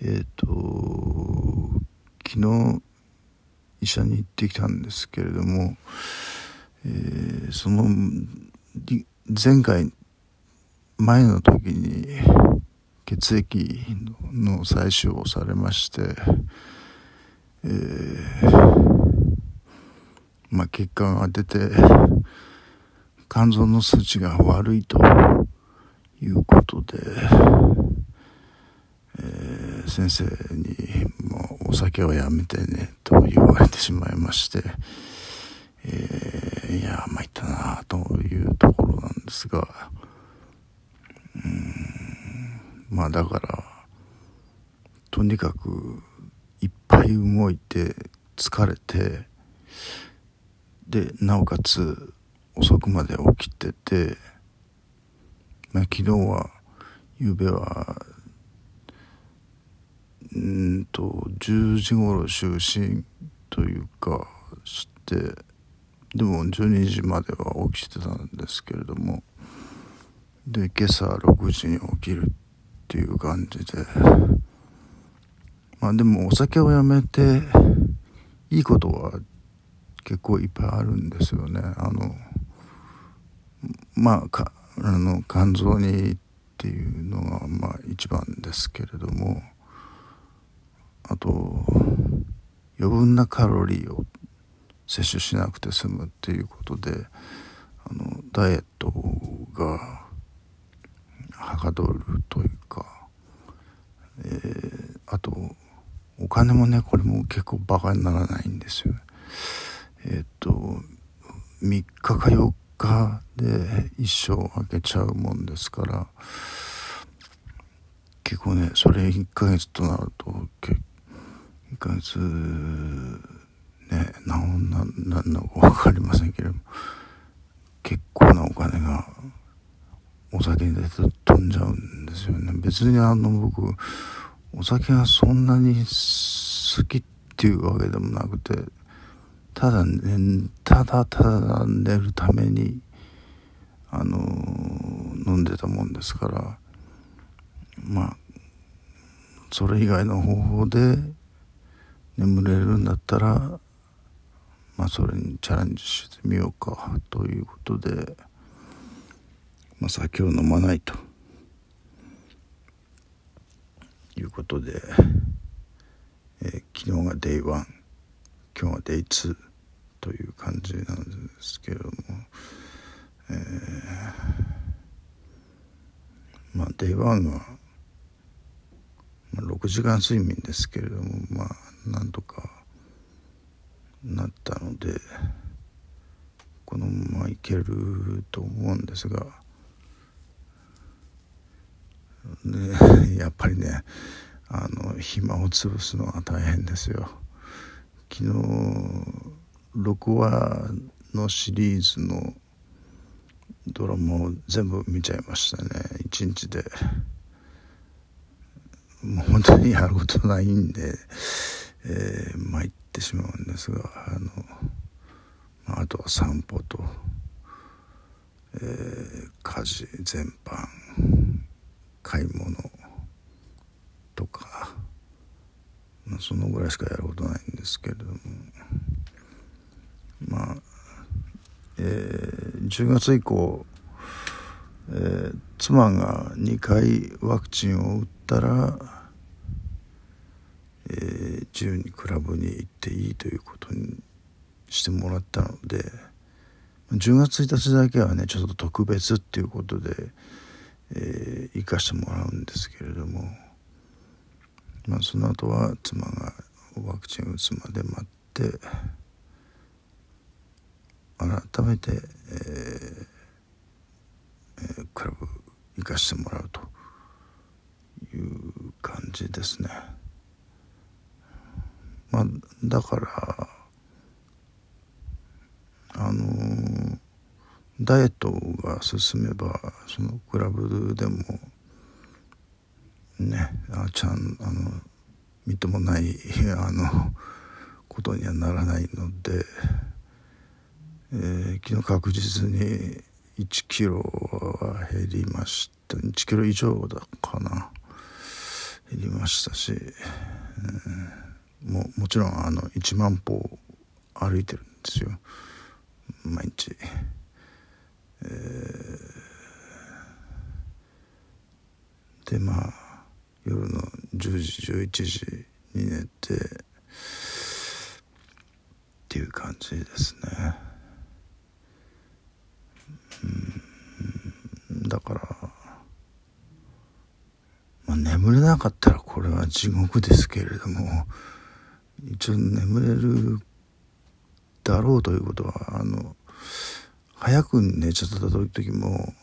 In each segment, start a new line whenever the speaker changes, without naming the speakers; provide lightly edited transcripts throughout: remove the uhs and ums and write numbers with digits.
昨日医者に行ってきたんですけれども、その前回前の時に血液の採取をされまして、結果が出て肝臓の数値が悪いということで、先生にもうお酒はやめてねと言われてしまいまして、いや参ったなというところなんですが、だからとにかくいっぱい動いて疲れて、でなおかつ遅くまで起きてて、昨日は夕べは10時頃就寝というかして、でも12時までは起きてたんですけれども、で今朝6時に起きるっていう感じで、でもお酒をやめていいことは結構いっぱいあるんですよね。肝臓にっていうのが一番ですけれども、あと余分なカロリーを摂取しなくて済むっていうことで、ダイエットがはかどるというか、あとお金もね、これも結構バカにならないんですよ。3日か4日で一生空けちゃうもんですから、結構ね、それ1ヶ月となると1ヶ月ね、何のか分かりませんけれども、結構なお金がお酒に出て飛んじゃうんですよね。別に僕お酒がそんなに好きっていうわけでもなくて、ただ寝るために飲んでたもんですから、それ以外の方法で眠れるんだったらそれにチャレンジしてみようかということで、酒を飲まないということで、昨日が Day1、今日が Day2 という感じなんですけれども、Day1 は6時間睡眠ですけれども、なんとかなったのでこのままいけると思うんですが、やっぱりね、暇を潰すのは大変ですよ。昨日6話のシリーズのドラマを全部見ちゃいましたね、1日で。もう本当にやることないんで、参ってしまうんですが、あとは散歩と、家事全般、買い物とか、そのぐらいしかやることないんですけれども、10月以降、妻が2回ワクチンを打ったら、自由にクラブに行っていいということにしてもらったので、10月1日だけはねちょっと特別っていうことで、行かしてもらうんですけれども、その後は妻がワクチンを打つまで待って改めて、クラブ行かしてもらうという感じですね。だからダイエットが進めばそのクラブでもね、みっともないことにはならないので、昨日確実に1キロは減りました。1キロ以上だかな、減りましたし、もちろん1万歩歩いてるんですよ毎日。で夜の10時11時に寝てっていう感じですね。だから眠れなかったらこれは地獄ですけれども、一応眠れるだろうということは早く寝ちゃった時も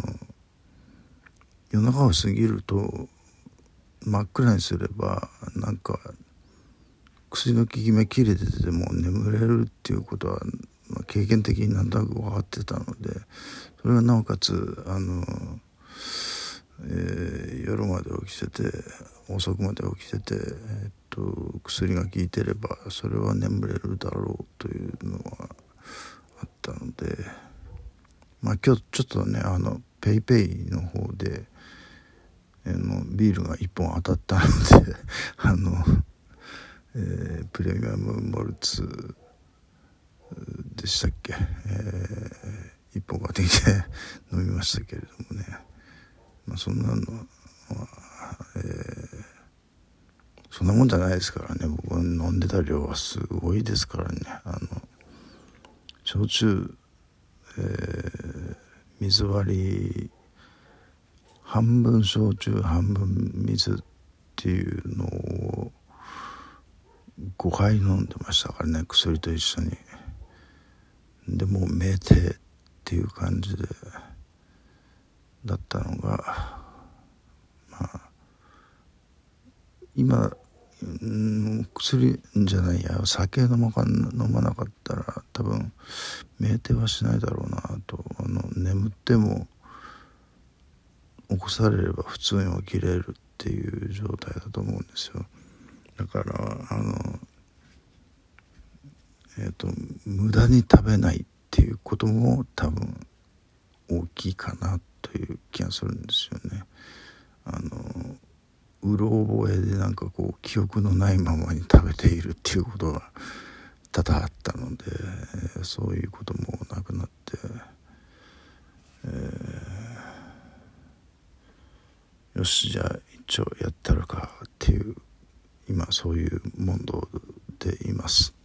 夜中を過ぎると真っ暗にすればなんか薬の効き目切れてても眠れるっていうことは、経験的になんとなく分かってたので、それがなおかつ夜まで起きてて遅くまで起きてて、薬が効いてればそれは眠れるだろうというのはあったので、今日ちょっとねペイペイの方でビールが1本当たったのでプレミアムモルツでしたっけ、1本買ってきて飲みましたけれどもね、そんなのは、そんなもんじゃないですからね。僕飲んでた量はすごいですからね。焼酎、水割り半分焼酎半分水っていうのを5回飲んでましたからね、薬と一緒に。でもう酩酊っていう感じでだったのが、今薬じゃないや酒飲まなかったら多分酩酊はしないだろうなと。眠っても起こされれば普通に起きれるっていう状態だと思うんですよ。だから無駄に食べないっていうことも多分大きいかなという気がするんですよね。うろ覚えでなんか記憶のないままに食べているっていうことが多々あったので、そういうこともなくなって、よしじゃあ一応やったるかっていう今そういう問答でいます。